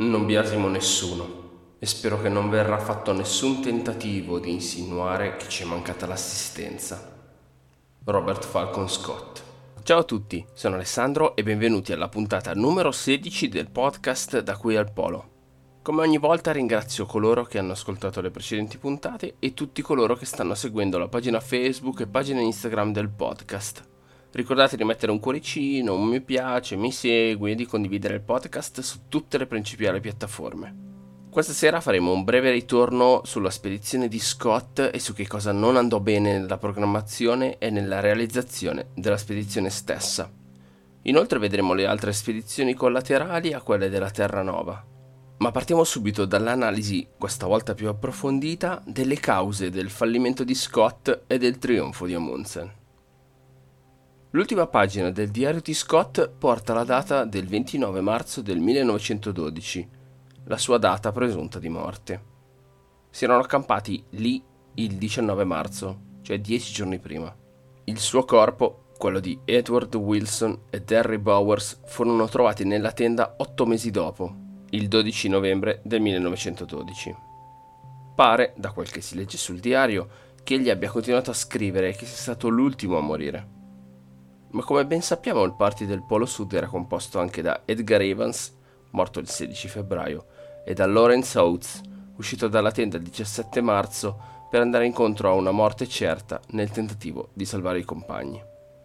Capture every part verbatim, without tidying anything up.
non biasimo nessuno e spero che non verrà fatto nessun tentativo di insinuare che ci è mancata l'assistenza. Robert Falcon Scott. Ciao a tutti, sono Alessandro e benvenuti alla puntata numero sedici del podcast Da Qui al Polo. Come ogni volta ringrazio coloro che hanno ascoltato le precedenti puntate e tutti coloro che stanno seguendo la pagina Facebook e pagina Instagram del podcast. Ricordate di mettere un cuoricino, un mi piace, mi segui e di condividere il podcast su tutte le principali piattaforme. Questa sera faremo un breve ritorno sulla spedizione di Scott e su che cosa non andò bene nella programmazione e nella realizzazione della spedizione stessa. Inoltre vedremo le altre spedizioni collaterali a quelle della Terranova. Ma partiamo subito dall'analisi, questa volta più approfondita, delle cause del fallimento di Scott e del trionfo di Amundsen. L'ultima pagina del diario di Scott porta la data del ventinove marzo del millenovecentododici, la sua data presunta di morte. Si erano accampati lì il diciannove marzo, cioè dieci giorni prima. Il suo corpo, quello di Edward Wilson e Harry Bowers, furono trovati nella tenda otto mesi dopo, il dodici novembre del millenovecentododici. Pare, da quel che si legge sul diario, che egli abbia continuato a scrivere e che sia stato l'ultimo a morire. Ma come ben sappiamo, il party del Polo Sud era composto anche da Edgar Evans, morto il sedici febbraio, e da Lawrence Oates, uscito dalla tenda il diciassette marzo per andare incontro a una morte certa nel tentativo di salvare i compagni.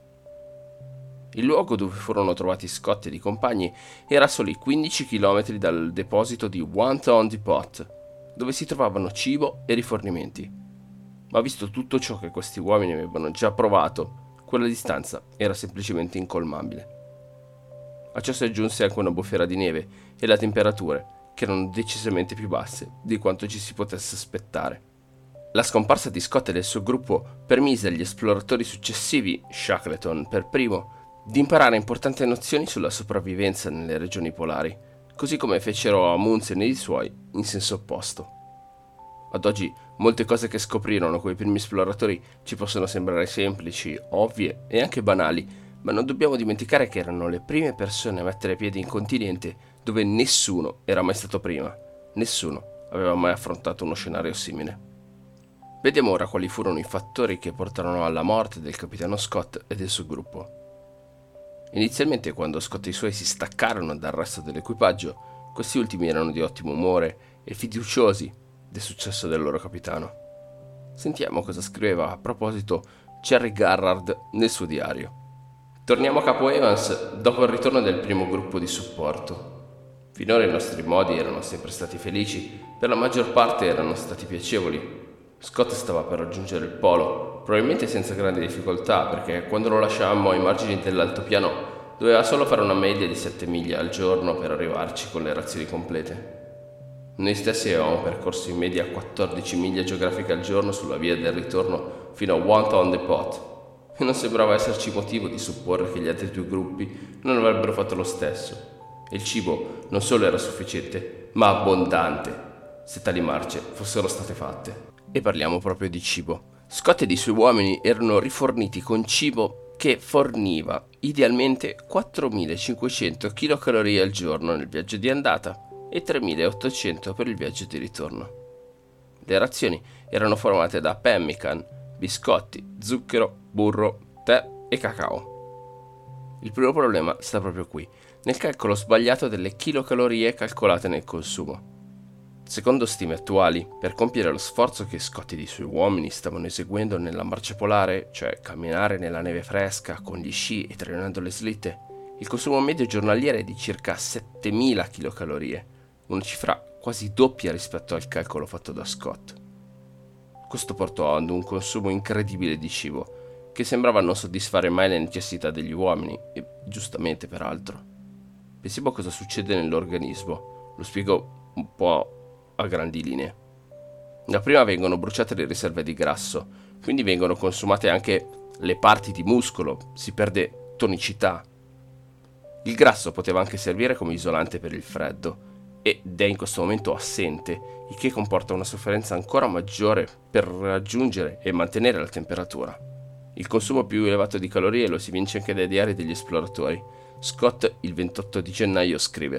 Il luogo dove furono trovati Scott ed i compagni era a soli quindici chilometri dal deposito di One Ton Depot, dove si trovavano cibo e rifornimenti. Ma visto tutto ciò che questi uomini avevano già provato, quella distanza era semplicemente incolmabile. A ciò si aggiunse anche una bufera di neve e le temperature, che erano decisamente più basse di quanto ci si potesse aspettare. La scomparsa di Scott e del suo gruppo permise agli esploratori successivi, Shackleton per primo, di imparare importanti nozioni sulla sopravvivenza nelle regioni polari, così come fecero Amundsen e i suoi in senso opposto. Ad oggi molte cose che scoprirono quei primi esploratori ci possono sembrare semplici, ovvie e anche banali, ma non dobbiamo dimenticare che erano le prime persone a mettere piede in continente dove nessuno era mai stato prima, nessuno aveva mai affrontato uno scenario simile. Vediamo ora quali furono i fattori che portarono alla morte del capitano Scott e del suo gruppo. Inizialmente, quando Scott e i suoi si staccarono dal resto dell'equipaggio, questi ultimi erano di ottimo umore e fiduciosi del successo del loro capitano. Sentiamo cosa scriveva a proposito Cherry Garrard nel suo diario. Torniamo a Capo Evans dopo il ritorno del primo gruppo di supporto. Finora i nostri modi erano sempre stati felici, per la maggior parte erano stati piacevoli. Scott stava per raggiungere il polo, probabilmente senza grandi difficoltà, perché quando lo lasciammo ai margini dell'altopiano doveva solo fare una media di sette miglia al giorno per arrivarci con le razioni complete. Noi stessi avevamo percorso in media quattordici miglia geografiche al giorno sulla via del ritorno fino a One Ton Depot, e non sembrava esserci motivo di supporre che gli altri due gruppi non avrebbero fatto lo stesso. E il cibo non solo era sufficiente, ma abbondante, se tali marce fossero state fatte. E parliamo proprio di cibo. Scott ed i suoi uomini erano riforniti con cibo che forniva idealmente quattromilacinquecento chilocalorie al giorno nel viaggio di andata e tremilaottocento per il viaggio di ritorno. Le razioni erano formate da pemmican, biscotti, zucchero, burro, tè e cacao. Il primo problema sta proprio qui, nel calcolo sbagliato delle chilocalorie calcolate nel consumo. Secondo stime attuali, per compiere lo sforzo che Scott e i suoi uomini stavano eseguendo nella marcia polare, cioè camminare nella neve fresca con gli sci e trainando le slitte, il consumo medio giornaliero è di circa settemila chilocalorie, una cifra quasi doppia rispetto al calcolo fatto da Scott. Questo portò ad un consumo incredibile di cibo, che sembrava non soddisfare mai le necessità degli uomini, e giustamente peraltro. Pensiamo a cosa succede nell'organismo, lo spiego un po' a grandi linee. Dapprima vengono bruciate le riserve di grasso, quindi vengono consumate anche le parti di muscolo, si perde tonicità. Il grasso poteva anche servire come isolante per il freddo, ed è in questo momento assente, il che comporta una sofferenza ancora maggiore per raggiungere e mantenere la temperatura. Il consumo più elevato di calorie lo si vince anche dai diari degli esploratori. Scott il ventotto di gennaio scrive: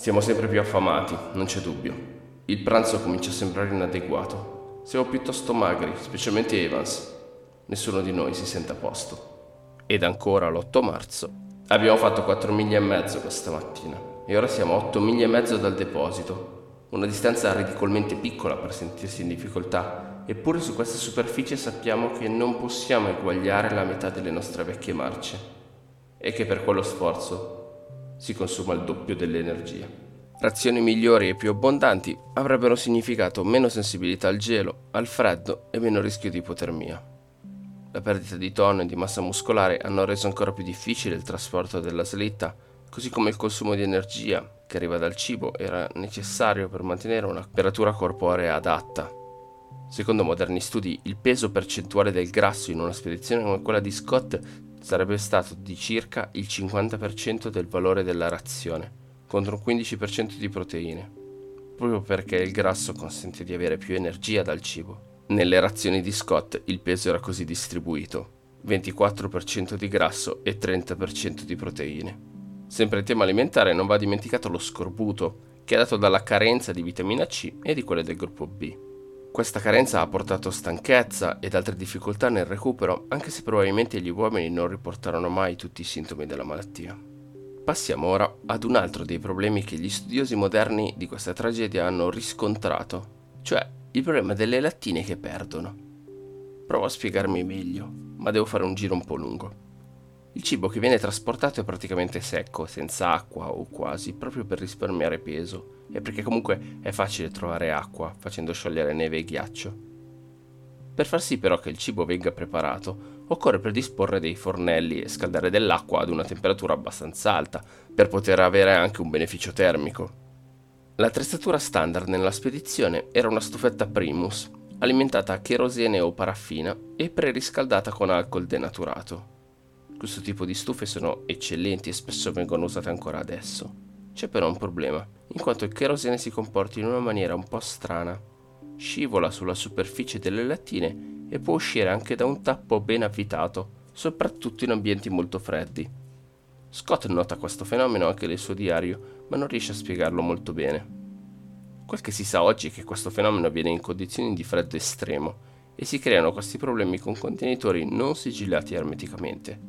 Siamo sempre più affamati, non c'è dubbio. Il pranzo comincia a sembrare inadeguato. Siamo piuttosto magri, specialmente Evans. Nessuno di noi si sente a posto. Ed ancora l'otto marzo. Abbiamo fatto quattro miglia e mezzo questa mattina e ora siamo a otto miglia e mezzo dal deposito. Una distanza ridicolmente piccola per sentirsi in difficoltà, eppure su questa superficie sappiamo che non possiamo eguagliare la metà delle nostre vecchie marce e che per quello sforzo si consuma il doppio dell'energia. Razioni migliori e più abbondanti avrebbero significato meno sensibilità al gelo, al freddo e meno rischio di ipotermia. La perdita di tonno e di massa muscolare hanno reso ancora più difficile il trasporto della slitta, così come il consumo di energia che arriva dal cibo era necessario per mantenere una temperatura corporea adatta. Secondo moderni studi, il peso percentuale del grasso in una spedizione come quella di Scott sarebbe stato di circa il cinquanta per cento del valore della razione, contro un quindici per cento di proteine, proprio perché il grasso consente di avere più energia dal cibo. Nelle razioni di Scott il peso era così distribuito: ventiquattro per cento di grasso e trenta per cento di proteine. Sempre in tema alimentare non va dimenticato lo scorbuto, che è dato dalla carenza di vitamina C e di quelle del gruppo B. Questa carenza ha portato stanchezza ed altre difficoltà nel recupero, anche se probabilmente gli uomini non riportarono mai tutti i sintomi della malattia. Passiamo ora ad un altro dei problemi che gli studiosi moderni di questa tragedia hanno riscontrato, cioè il problema delle lattine che perdono. Provo a spiegarmi meglio, ma devo fare un giro un po' lungo. Il cibo che viene trasportato è praticamente secco, senza acqua o quasi, proprio per risparmiare peso e perché comunque è facile trovare acqua facendo sciogliere neve e ghiaccio. Per far sì però che il cibo venga preparato, occorre predisporre dei fornelli e scaldare dell'acqua ad una temperatura abbastanza alta per poter avere anche un beneficio termico. L'attrezzatura standard nella spedizione era una stufetta Primus, alimentata a cherosene o paraffina e preriscaldata con alcol denaturato. Questo tipo di stufe sono eccellenti e spesso vengono usate ancora adesso. C'è però un problema, in quanto il cherosene si comporta in una maniera un po' strana. Scivola sulla superficie delle lattine e può uscire anche da un tappo ben avvitato, soprattutto in ambienti molto freddi. Scott nota questo fenomeno anche nel suo diario, ma non riesce a spiegarlo molto bene. Quel che si sa oggi è che questo fenomeno avviene in condizioni di freddo estremo e si creano questi problemi con contenitori non sigillati ermeticamente.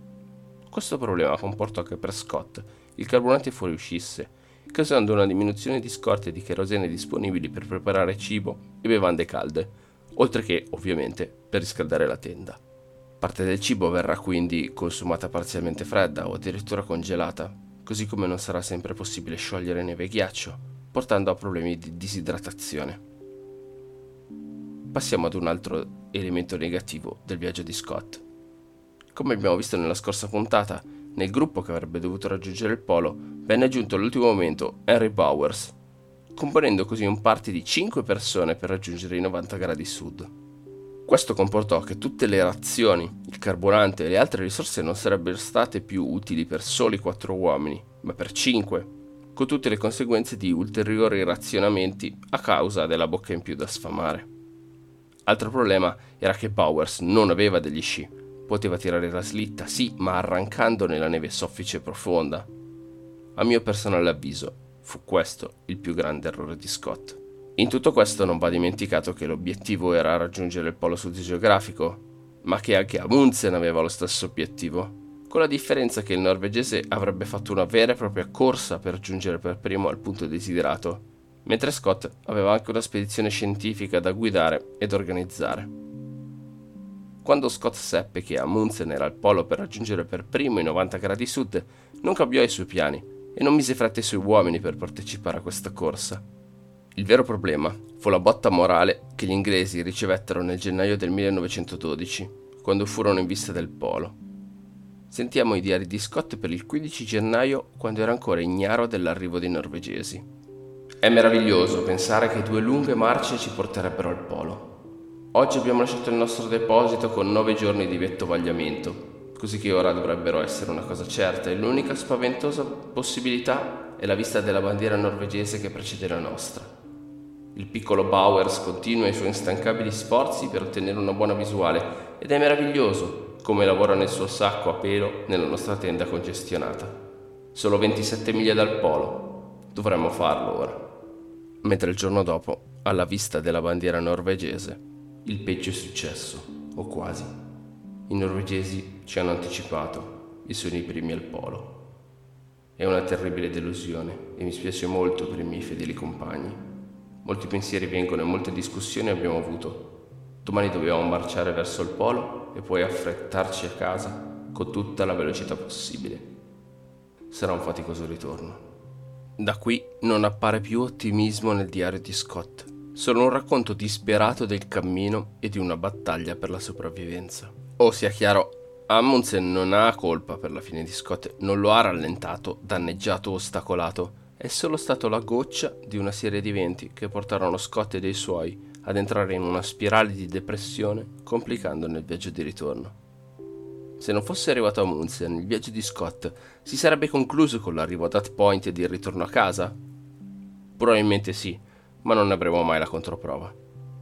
Questo problema comportò che per Scott il carburante fuoriuscisse, causando una diminuzione di scorte di cherosene disponibili per preparare cibo e bevande calde, oltre che, ovviamente, per riscaldare la tenda. Parte del cibo verrà quindi consumata parzialmente fredda o addirittura congelata, così come non sarà sempre possibile sciogliere neve e ghiaccio, portando a problemi di disidratazione. Passiamo ad un altro elemento negativo del viaggio di Scott. Come abbiamo visto nella scorsa puntata, nel gruppo che avrebbe dovuto raggiungere il polo venne aggiunto all'ultimo momento Henry Bowers, componendo così un party di cinque persone per raggiungere i novanta gradi sud. Questo comportò che tutte le razioni, il carburante e le altre risorse non sarebbero state più utili per soli quattro uomini, ma per cinque, con tutte le conseguenze di ulteriori razionamenti a causa della bocca in più da sfamare. Altro problema era che Bowers non aveva degli sci. Poteva tirare la slitta, sì, ma arrancando nella neve soffice e profonda. A mio personale avviso, fu questo il più grande errore di Scott. In tutto questo non va dimenticato che l'obiettivo era raggiungere il polo sud geografico, ma che anche Amundsen aveva lo stesso obiettivo, con la differenza che il norvegese avrebbe fatto una vera e propria corsa per giungere per primo al punto desiderato, mentre Scott aveva anche una spedizione scientifica da guidare ed organizzare. Quando Scott seppe che Amundsen era al polo per raggiungere per primo i novanta gradi sud, non cambiò i suoi piani e non mise fretta ai suoi uomini per partecipare a questa corsa. Il vero problema fu la botta morale che gli inglesi ricevettero nel gennaio del millenovecentododici, quando furono in vista del polo. Sentiamo i diari di Scott per il quindici gennaio, quando era ancora ignaro dell'arrivo dei norvegesi. È meraviglioso pensare che due lunghe marce ci porterebbero al polo. Oggi abbiamo lasciato il nostro deposito con nove giorni di vettovagliamento, così che ora dovrebbero essere una cosa certa e l'unica spaventosa possibilità è la vista della bandiera norvegese che precede la nostra. Il piccolo Bowers continua i suoi instancabili sforzi per ottenere una buona visuale ed è meraviglioso come lavora nel suo sacco a pelo nella nostra tenda congestionata. Solo ventisette miglia dal polo, Dovremmo farlo ora. Mentre il giorno dopo, alla vista della bandiera norvegese, il peggio è successo, o quasi. I norvegesi ci hanno anticipato e sono i primi al polo. È una terribile delusione e mi spiace molto per i miei fedeli compagni. Molti pensieri vengono e molte discussioni abbiamo avuto. Domani dobbiamo marciare verso il polo e poi affrettarci a casa con tutta la velocità possibile. Sarà un faticoso ritorno. Da qui non appare più ottimismo nel diario di Scott, solo un racconto disperato del cammino e di una battaglia per la sopravvivenza. Oh, sia chiaro, Amundsen non ha colpa per la fine di Scott, non lo ha rallentato, danneggiato o ostacolato, è solo stato la goccia di una serie di eventi che portarono Scott e dei suoi ad entrare in una spirale di depressione, complicandone il viaggio di ritorno. Se non fosse arrivato Amundsen, il viaggio di Scott si sarebbe concluso con l'arrivo a That Point ed il ritorno a casa? Probabilmente sì, ma non ne avremo mai la controprova.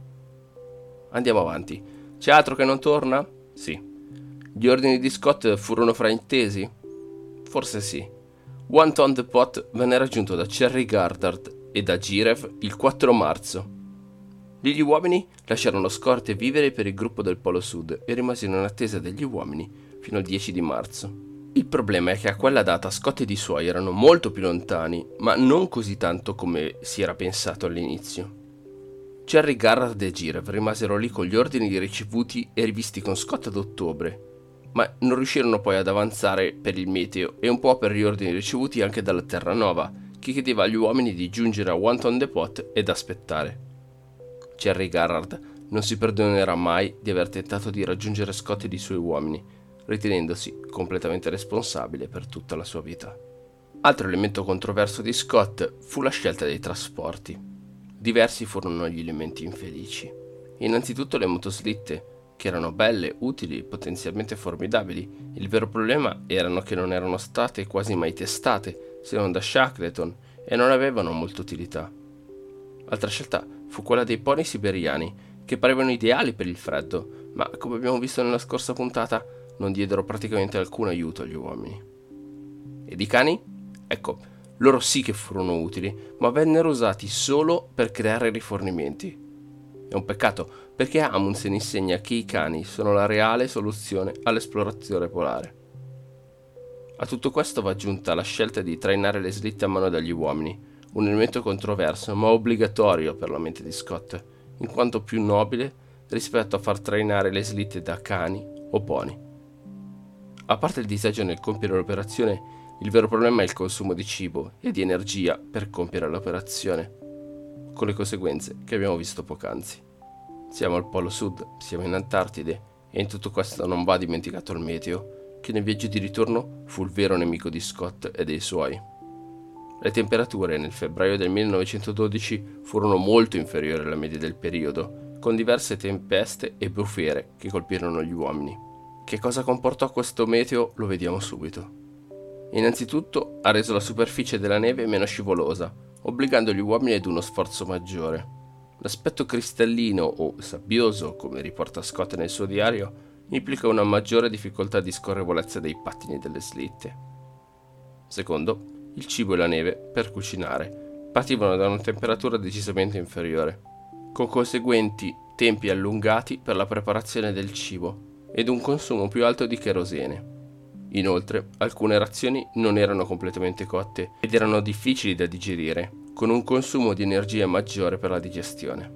Andiamo avanti. C'è altro che non torna? Sì. Gli ordini di Scott furono fraintesi? Forse sì. One Ton the Pot venne raggiunto da Cherry Gardard e da Girev il quattro marzo. Gli uomini lasciarono Scott vivere per il gruppo del Polo Sud e rimasero in attesa degli uomini fino al dieci di marzo. Il problema è che a quella data Scott ed i suoi erano molto più lontani, ma non così tanto come si era pensato all'inizio. Cherry Garrard e Girev rimasero lì con gli ordini ricevuti e rivisti con Scott ad ottobre, ma non riuscirono poi ad avanzare per il meteo e un po' per gli ordini ricevuti anche dalla Terranova, che chiedeva agli uomini di giungere a One Ton Depot ed aspettare. Cherry Garrard non si perdonerà mai di aver tentato di raggiungere Scott ed i suoi uomini, ritenendosi completamente responsabile per tutta la sua vita. Altro elemento controverso di Scott fu la scelta dei trasporti. Diversi furono gli elementi infelici. Innanzitutto le motoslitte, che erano belle, utili, potenzialmente formidabili. Il vero problema erano che non erano state quasi mai testate, se non da Shackleton, e non avevano molta utilità. Altra scelta fu quella dei pony siberiani, che parevano ideali per il freddo, ma come abbiamo visto nella scorsa puntata, non diedero praticamente alcun aiuto agli uomini. Ed i cani? Ecco, loro sì che furono utili, ma vennero usati solo per creare rifornimenti. È un peccato, perché Amundsen insegna che i cani sono la reale soluzione all'esplorazione polare. A tutto questo va aggiunta la scelta di trainare le slitte a mano dagli uomini, un elemento controverso ma obbligatorio per la mente di Scott, in quanto più nobile rispetto a far trainare le slitte da cani o pony. A parte il disagio nel compiere l'operazione, il vero problema è il consumo di cibo e di energia per compiere l'operazione, con le conseguenze che abbiamo visto poc'anzi. Siamo al Polo Sud, siamo in Antartide e in tutto questo non va dimenticato il meteo, che nel viaggio di ritorno fu il vero nemico di Scott e dei suoi. Le temperature nel febbraio del millenovecentododici furono molto inferiori alla media del periodo, con diverse tempeste e bufere che colpirono gli uomini. Che cosa comportò questo meteo lo vediamo subito. Innanzitutto ha reso la superficie della neve meno scivolosa, obbligando gli uomini ad uno sforzo maggiore. L'aspetto cristallino o sabbioso, come riporta Scott nel suo diario, implica una maggiore difficoltà di scorrevolezza dei pattini delle slitte. Secondo, il cibo e la neve, per cucinare, partivano da una temperatura decisamente inferiore, con conseguenti tempi allungati per la preparazione del cibo ed un consumo più alto di cherosene. Inoltre, alcune razioni non erano completamente cotte ed erano difficili da digerire, con un consumo di energia maggiore per la digestione.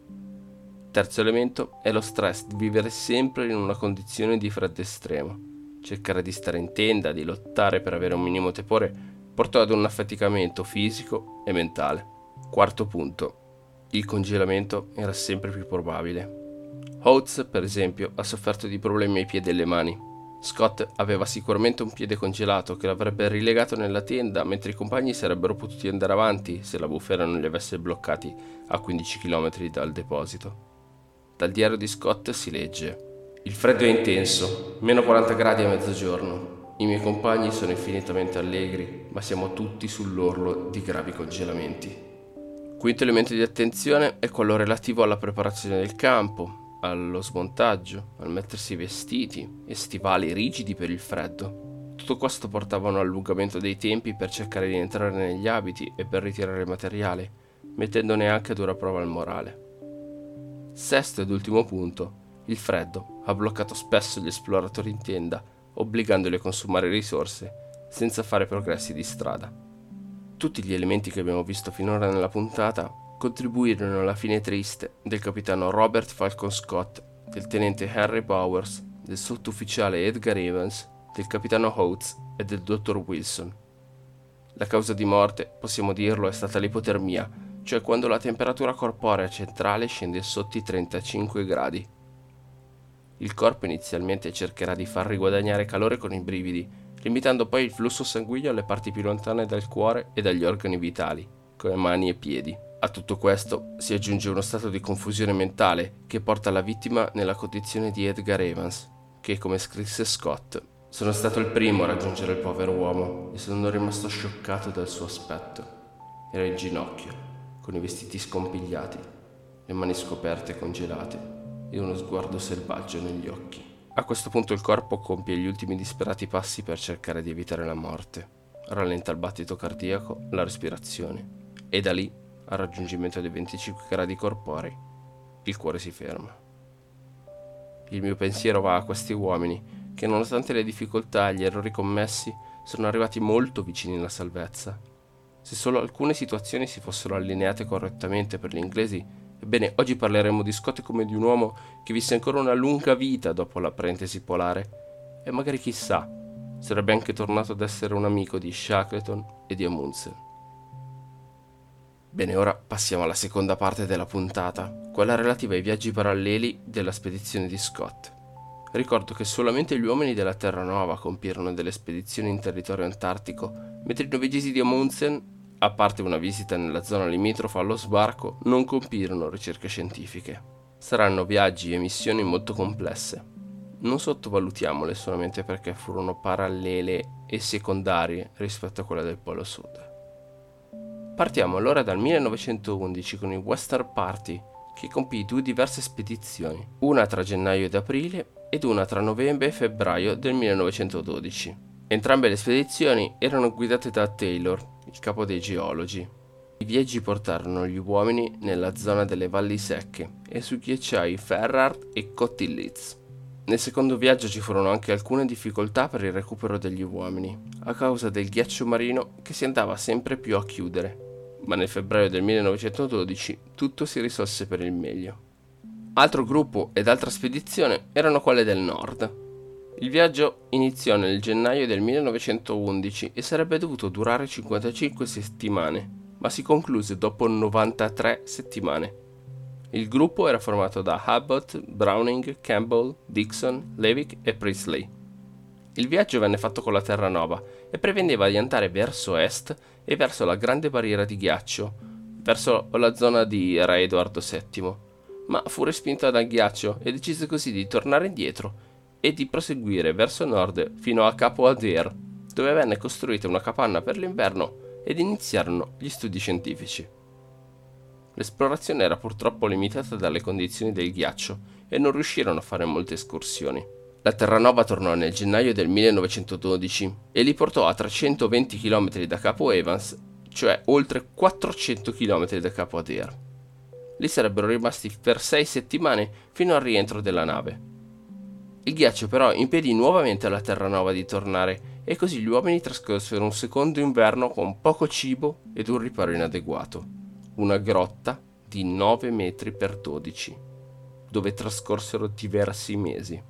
Terzo elemento è lo stress di vivere sempre in una condizione di freddo estremo. Cercare di stare in tenda, di lottare per avere un minimo tepore, portò ad un affaticamento fisico e mentale. Quarto punto. Il congelamento era sempre più probabile. Oates, per esempio, ha sofferto di problemi ai piedi e alle mani. Scott aveva sicuramente un piede congelato che l'avrebbe rilegato nella tenda, mentre i compagni sarebbero potuti andare avanti se la bufera non li avesse bloccati a quindici chilometri dal deposito. Dal diario di Scott si legge: il freddo è intenso, meno quaranta gradi a mezzogiorno. I miei compagni sono infinitamente allegri, ma siamo tutti sull'orlo di gravi congelamenti. Quinto elemento di attenzione è quello relativo alla preparazione del campo, allo smontaggio, al mettersi vestiti e stivali rigidi per il freddo. Tutto questo portava a un allungamento dei tempi per cercare di entrare negli abiti e per ritirare il materiale, mettendone anche a dura prova il morale. Sesto ed ultimo punto, il freddo ha bloccato spesso gli esploratori in tenda, obbligandoli a consumare risorse senza fare progressi di strada. Tutti gli elementi che abbiamo visto finora nella puntata contribuirono alla fine triste del capitano Robert Falcon Scott, del tenente Henry Bowers, del sottufficiale Edgar Evans, del capitano Oates e del dottor Wilson. La causa di morte, possiamo dirlo, è stata l'ipotermia, cioè quando la temperatura corporea centrale scende sotto i trentacinque gradi. Il corpo inizialmente cercherà di far riguadagnare calore con i brividi, limitando poi il flusso sanguigno alle parti più lontane dal cuore e dagli organi vitali, come mani e piedi. A tutto questo si aggiunge uno stato di confusione mentale che porta la vittima nella condizione di Edgar Evans, che, come scrisse Scott, sono stato il primo a raggiungere il povero uomo e sono rimasto scioccato dal suo aspetto. Era in ginocchio, con i vestiti scompigliati, le mani scoperte e congelate e uno sguardo selvaggio negli occhi. A questo punto il corpo compie gli ultimi disperati passi per cercare di evitare la morte. Rallenta il battito cardiaco, la respirazione e da lì, al raggiungimento dei venticinque gradi corporei, il cuore si ferma. Il mio pensiero va a questi uomini che, nonostante le difficoltà e gli errori commessi, sono arrivati molto vicini alla salvezza. Se solo alcune situazioni si fossero allineate correttamente per gli inglesi, ebbene oggi parleremmo di Scott come di un uomo che visse ancora una lunga vita dopo la parentesi polare e magari chissà, sarebbe anche tornato ad essere un amico di Shackleton e di Amundsen. Bene, ora passiamo alla seconda parte della puntata, quella relativa ai viaggi paralleli della spedizione di Scott. Ricordo che solamente gli uomini della Terranova compirono delle spedizioni in territorio antartico, mentre i norvegesi di Amundsen, a parte una visita nella zona limitrofa allo sbarco, non compirono ricerche scientifiche. Saranno viaggi e missioni molto complesse. Non sottovalutiamole solamente perché furono parallele e secondarie rispetto a quelle del Polo Sud. Partiamo allora dal millenovecentoundici con il Western Party, che compì due diverse spedizioni, una tra gennaio ed aprile ed una tra novembre e febbraio del millenovecentododici. Entrambe le spedizioni erano guidate da Taylor, il capo dei geologi. I viaggi portarono gli uomini nella zona delle valli secche e sui ghiacciai Ferrard e Koettlitz. Nel secondo viaggio ci furono anche alcune difficoltà per il recupero degli uomini, a causa del ghiaccio marino che si andava sempre più a chiudere, ma nel febbraio del millenovecentododici tutto si risolse per il meglio. Altro gruppo ed altra spedizione erano quelle del nord. Il viaggio iniziò nel gennaio del millenovecentoundici e sarebbe dovuto durare cinquantacinque settimane, ma si concluse dopo novantatré settimane. Il gruppo era formato da Abbott, Browning, Campbell, Dixon, Levick e Priestley. Il viaggio venne fatto con la Terranova e prevedeva di andare verso est e verso la grande barriera di ghiaccio, verso la zona di Re Edoardo settimo, ma fu respinta dal ghiaccio e decise così di tornare indietro e di proseguire verso nord fino a Capo Adair, dove venne costruita una capanna per l'inverno ed iniziarono gli studi scientifici. L'esplorazione era purtroppo limitata dalle condizioni del ghiaccio e non riuscirono a fare molte escursioni. La Terranova tornò nel gennaio del millenovecentododici e li portò a trecentoventi chilometri da Capo Evans, cioè oltre quattrocento chilometri da Capo Adair. Lì sarebbero rimasti per sei settimane fino al rientro della nave. Il ghiaccio però impedì nuovamente alla Terranova di tornare e così gli uomini trascorsero un secondo inverno con poco cibo ed un riparo inadeguato. Una grotta di nove metri per dodici, dove trascorsero diversi mesi.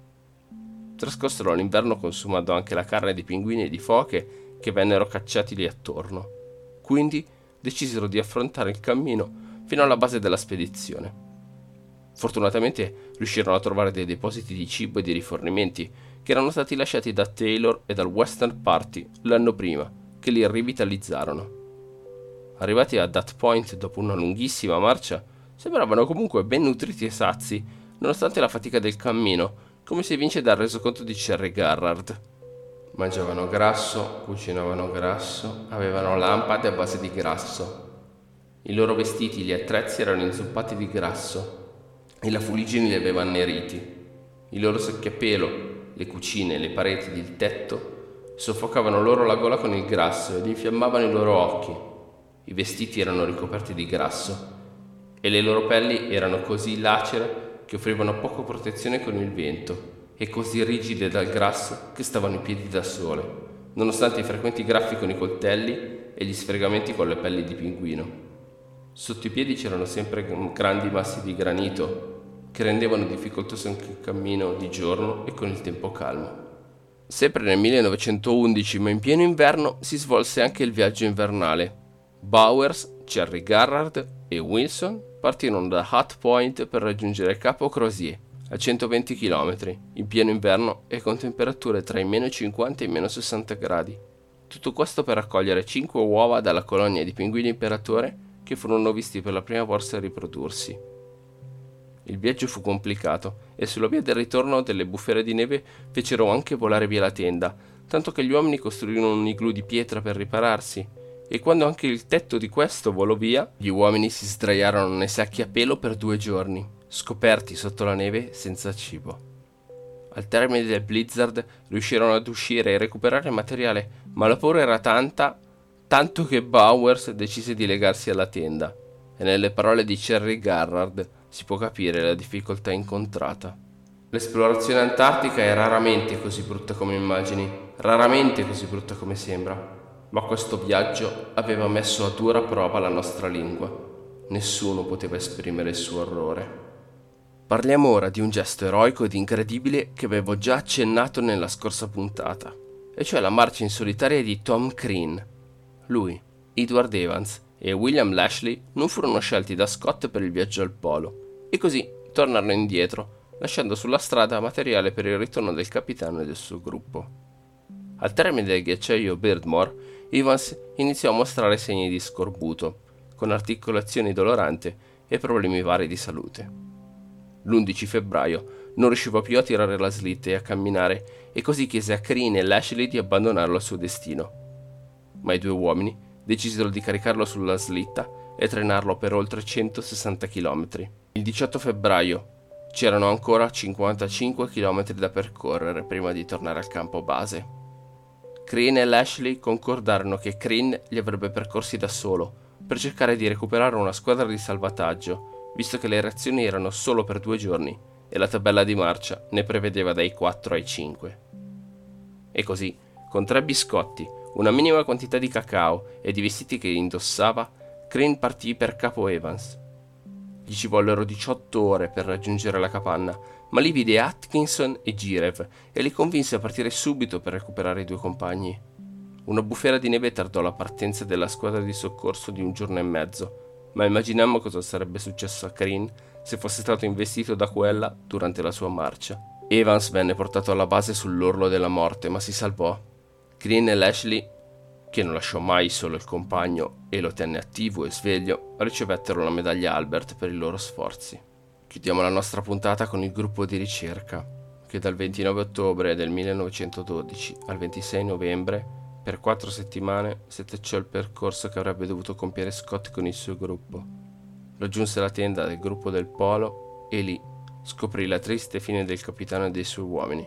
Trascorsero l'inverno consumando anche la carne di pinguini e di foche che vennero cacciati lì attorno. Quindi decisero di affrontare il cammino fino alla base della spedizione. Fortunatamente riuscirono a trovare dei depositi di cibo e di rifornimenti che erano stati lasciati da Taylor e dal Western Party l'anno prima, che li rivitalizzarono. Arrivati a That Point dopo una lunghissima marcia, sembravano comunque ben nutriti e sazi, nonostante la fatica del cammino, come si evince dal resoconto di Cherry Garrard. Mangiavano grasso, cucinavano grasso, avevano lampade a base di grasso. I loro vestiti e gli attrezzi erano inzuppati di grasso e la fuliggine li aveva anneriti. I loro sacchi a pelo, le cucine, le pareti ed il tetto soffocavano loro la gola con il grasso ed infiammavano i loro occhi. I vestiti erano ricoperti di grasso e le loro pelli erano così lacere che offrivano poca protezione con il vento e così rigide dal grasso che stavano in piedi da sole, nonostante i frequenti graffi con i coltelli e gli sfregamenti con le pelli di pinguino. Sotto i piedi c'erano sempre grandi massi di granito che rendevano difficoltoso anche il cammino di giorno e con il tempo calmo. Sempre nel millenovecentoundici, ma in pieno inverno, si svolse anche il viaggio invernale. Bowers, Cherry Garrard e Wilson partirono da Hut Point per raggiungere Capo Crozier, a centoventi chilometri, in pieno inverno e con temperature tra i meno cinquanta e i meno sessanta gradi. Tutto questo per raccogliere cinque uova dalla colonia di pinguini imperatore che furono visti per la prima volta riprodursi. Il viaggio fu complicato e sulla via del ritorno delle bufere di neve fecero anche volare via la tenda, tanto che gli uomini costruirono un igloo di pietra per ripararsi, e quando anche il tetto di questo volò via, gli uomini si sdraiarono nei sacchi a pelo per due giorni, scoperti sotto la neve senza cibo. Al termine del blizzard riuscirono ad uscire e recuperare materiale, ma la paura era tanta, tanto che Bowers decise di legarsi alla tenda, e nelle parole di Cherry Garrard si può capire la difficoltà incontrata. L'esplorazione antartica è raramente così brutta come immagini, raramente così brutta come sembra, ma questo viaggio aveva messo a dura prova la nostra lingua. Nessuno poteva esprimere il suo orrore. Parliamo ora di un gesto eroico ed incredibile che avevo già accennato nella scorsa puntata, e cioè la marcia in solitaria di Tom Crean. Lui, Edward Evans e William Lashley non furono scelti da Scott per il viaggio al polo, e così tornarono indietro, lasciando sulla strada materiale per il ritorno del capitano e del suo gruppo. Al termine del ghiacciaio Beardmore, Evans iniziò a mostrare segni di scorbuto, con articolazioni doloranti e problemi vari di salute. L'undici febbraio non riusciva più a tirare la slitta e a camminare, e così chiese a Crean e Lashley di abbandonarlo al suo destino. Ma i due uomini decisero di caricarlo sulla slitta e trainarlo per oltre centosessanta chilometri. Il diciotto febbraio c'erano ancora cinquantacinque chilometri da percorrere prima di tornare al campo base. Crean e Lashley concordarono che Crean li avrebbe percorsi da solo per cercare di recuperare una squadra di salvataggio, visto che le reazioni erano solo per due giorni e la tabella di marcia ne prevedeva dai quattro ai cinque. E così, con tre biscotti, una minima quantità di cacao e di vestiti che indossava, Crean partì per Capo Evans. Gli ci vollero diciotto ore per raggiungere la capanna, ma lì vide Atkinson e Girev e li convinse a partire subito per recuperare i due compagni. Una bufera di neve tardò la partenza della squadra di soccorso di un giorno e mezzo, ma immaginiamo cosa sarebbe successo a Crean se fosse stato investito da quella durante la sua marcia. Evans venne portato alla base sull'orlo della morte, ma si salvò. Crean e Lashley, che non lasciò mai solo il compagno e lo tenne attivo e sveglio, ricevettero la medaglia Albert per i loro sforzi. Chiudiamo la nostra puntata con il gruppo di ricerca, che dal ventinove ottobre del millenovecentododici al ventisei novembre, per quattro settimane, setacciò il percorso che avrebbe dovuto compiere Scott con il suo gruppo. Raggiunse la tenda del gruppo del Polo e lì scoprì la triste fine del capitano e dei suoi uomini.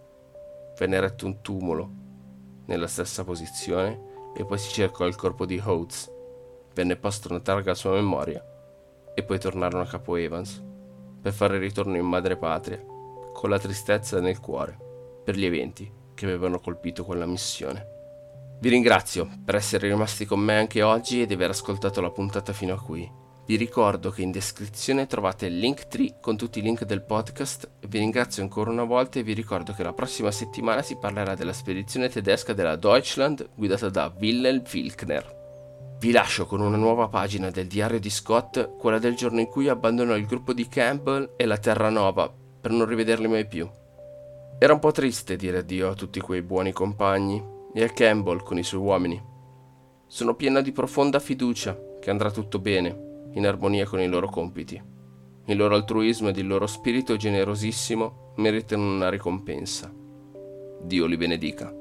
Venne eretto un tumulo nella stessa posizione e poi si cercò il corpo di Oates. Venne posta una targa a sua memoria e poi tornarono a Capo Evans per fare il ritorno in madrepatria con la tristezza nel cuore per gli eventi che avevano colpito quella missione. Vi ringrazio per essere rimasti con me anche oggi e di aver ascoltato la puntata fino a qui. Vi ricordo che in descrizione trovate il link tree con tutti i link del podcast. Vi ringrazio ancora una volta e vi ricordo che la prossima settimana si parlerà della spedizione tedesca della Deutschland guidata da Wilhelm Wilkner. Vi lascio con una nuova pagina del diario di Scott, quella del giorno in cui abbandonò il gruppo di Campbell e la Terranova per non rivederli mai più. Era un po' triste dire addio a tutti quei buoni compagni e a Campbell con i suoi uomini. Sono piena di profonda fiducia che andrà tutto bene, in armonia con i loro compiti. Il loro altruismo ed il loro spirito generosissimo meritano una ricompensa. Dio li benedica.